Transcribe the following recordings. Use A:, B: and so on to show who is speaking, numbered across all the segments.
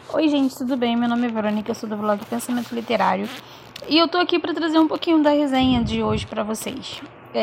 A: Oi gente, tudo bem? Meu nome é Verônica, eu sou do blog Pensamento Literário e eu tô aqui para trazer um pouquinho da resenha de hoje para vocês.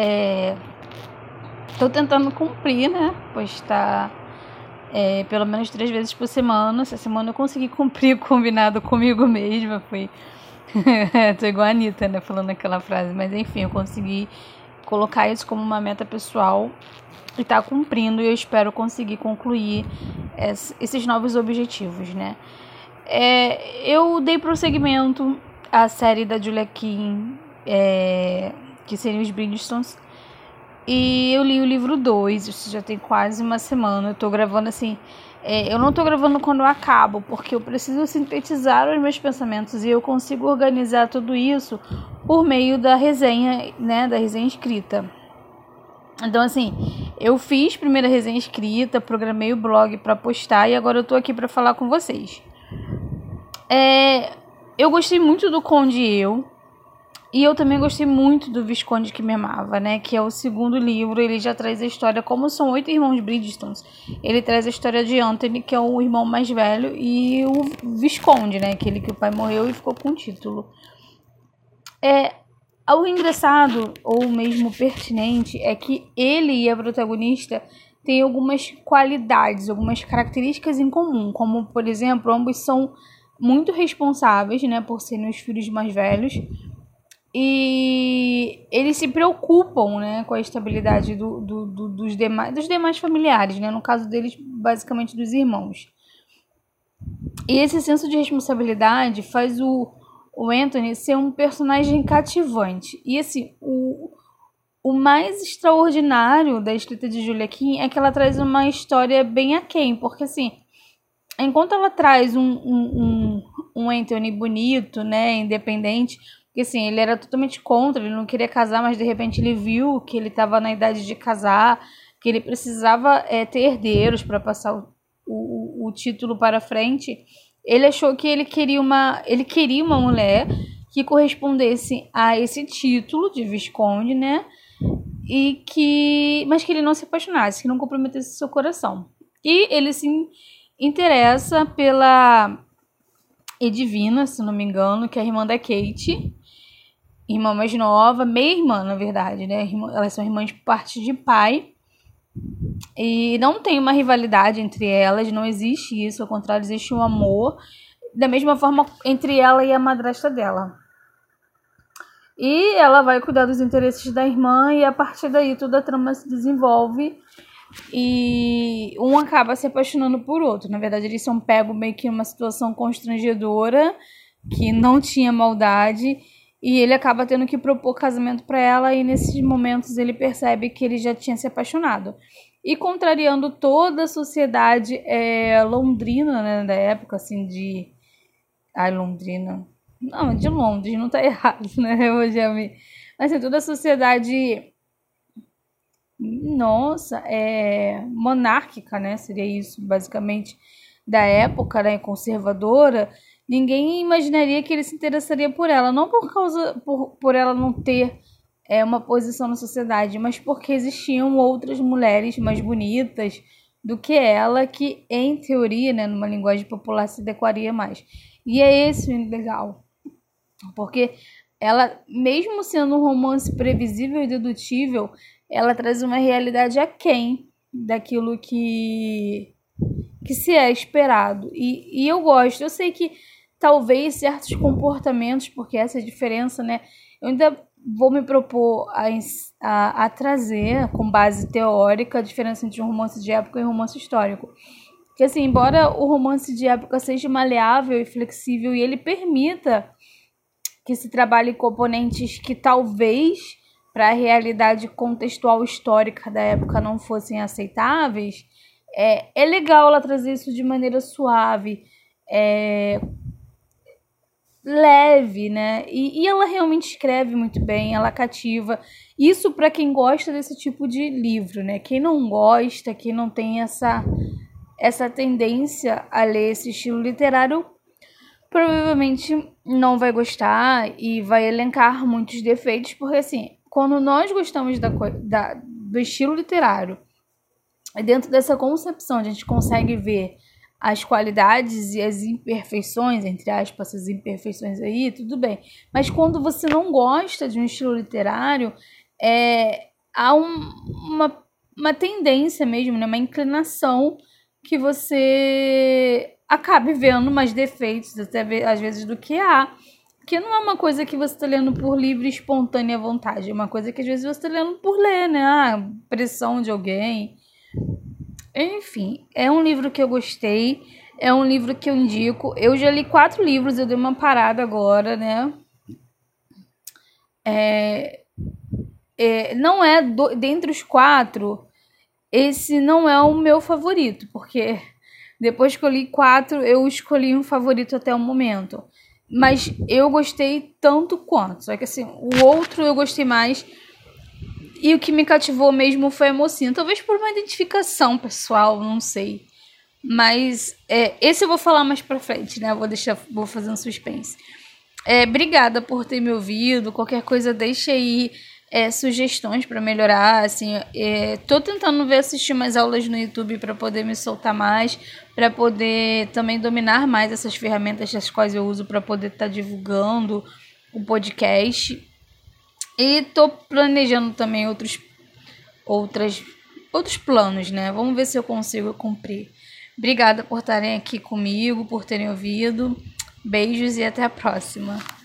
A: Tô tentando cumprir, né? Postar pelo menos 3 vezes por semana. Essa semana eu consegui cumprir o combinado comigo mesma. Tô igual a Anitta, né? Falando aquela frase, mas enfim, eu consegui colocar isso como uma meta pessoal e tá cumprindo, e eu espero conseguir concluir esses novos objetivos, né? Eu dei prosseguimento à série da Julia Quinn, que seria os Bridgertons, e eu li o livro 2, isso já tem quase uma semana. Eu tô gravando assim, eu não tô gravando quando eu acabo, porque eu preciso sintetizar os meus pensamentos e eu consigo organizar tudo isso por meio da resenha, né, da resenha escrita. Então, assim, eu fiz primeira resenha escrita, programei o blog para postar e agora eu tô aqui para falar com vocês. Eu gostei muito do Conde e Eu, e eu também gostei muito do Visconde que Me Amava, né? Que é o segundo livro. Ele já traz a história, como são 8 irmãos Bridgertons, ele traz a história de Anthony, que é o irmão mais velho, e o Visconde, né? Aquele que o pai morreu e ficou com o título. O engraçado, ou mesmo pertinente, é que ele e a protagonista têm algumas qualidades, algumas características em comum, como, por exemplo, ambos são muito responsáveis, né, por serem os filhos mais velhos, e eles se preocupam, né, com a estabilidade dos demais familiares, né, no caso deles, basicamente dos irmãos. E esse senso de responsabilidade faz o Anthony ser um personagem cativante. E assim, o mais extraordinário da escrita de Julia Quinn é que ela traz uma história bem aquém, porque assim, enquanto ela traz um Anthony bonito, né, independente, porque assim, ele era totalmente contra, ele não queria casar, mas de repente ele viu que ele estava na idade de casar, que ele precisava ter herdeiros para passar o título para frente. Ele achou que ele queria uma mulher que correspondesse a esse título de Visconde, né? Mas que ele não se apaixonasse, que não comprometesse seu coração. E ele se interessa pela Edwina, se não me engano, que é a irmã da Kate, irmã mais nova, meia-irmã, na verdade, né? Elas são irmãs por parte de pai. E não tem uma rivalidade entre elas, não existe isso, ao contrário, existe um amor, da mesma forma entre ela e a madrasta dela. E ela vai cuidar dos interesses da irmã, e a partir daí toda a trama se desenvolve e um acaba se apaixonando por outro. Na verdade, eles são pegos meio que numa situação constrangedora, que não tinha maldade, e ele acaba tendo que propor casamento para ela, e nesses momentos ele percebe que ele já tinha se apaixonado. E contrariando toda a sociedade londrina, né, da época, assim, de... Londrina... Não, de Londres, não tá errado, né? Hoje mas assim, toda a sociedade... Nossa, monárquica, né? Seria isso, basicamente, da época, né? Conservadora. Ninguém imaginaria que ele se interessaria por ela. Não por ela não ter uma posição na sociedade, mas porque existiam outras mulheres mais bonitas do que ela, que em teoria, né, numa linguagem popular, se adequaria mais. E é esse o legal, porque ela, mesmo sendo um romance previsível e dedutível, ela traz uma realidade aquém daquilo que se é esperado. E eu gosto, eu sei que talvez certos comportamentos, porque essa é a diferença, né, eu ainda vou me propor a trazer, com base teórica, a diferença entre um romance de época e um romance histórico. Porque, assim, embora o romance de época seja maleável e flexível e ele permita que se trabalhe componentes que talvez para a realidade contextual histórica da época não fossem aceitáveis, é legal ela trazer isso de maneira suave, leve, né? E ela realmente escreve muito bem, ela cativa. Isso para quem gosta desse tipo de livro, né? Quem não gosta, quem não tem essa tendência a ler esse estilo literário, provavelmente não vai gostar e vai elencar muitos defeitos, porque assim, quando nós gostamos do estilo literário, dentro dessa concepção a gente consegue ver as qualidades e as imperfeições, entre aspas, essas imperfeições aí, tudo bem. Mas quando você não gosta de um estilo literário, há uma tendência mesmo, né? Uma inclinação que você acabe vendo mais defeitos, até às vezes, do que há. Que não é uma coisa que você está lendo por livre e espontânea vontade. É uma coisa que às vezes você está lendo por ler, né? Pressão de alguém. Enfim, é um livro que eu gostei. É um livro que eu indico. Eu já li 4 livros, eu dei uma parada agora, né? Não é dentre os 4, esse não é o meu favorito, porque depois que eu li 4, eu escolhi um favorito até o momento. Mas eu gostei tanto quanto. Só que assim, o outro eu gostei mais. E o que me cativou mesmo foi a mocinha. Talvez por uma identificação pessoal, não sei. Mas esse eu vou falar mais pra frente, né? Vou fazer um suspense. Obrigada por ter me ouvido. Qualquer coisa, deixa aí sugestões para melhorar. Assim, tô tentando assistir mais aulas no YouTube para poder me soltar mais, para poder também dominar mais essas ferramentas das quais eu uso para poder estar divulgando o podcast. E tô planejando também outros planos, né? Vamos ver se eu consigo cumprir. Obrigada por estarem aqui comigo, por terem ouvido. Beijos e até a próxima.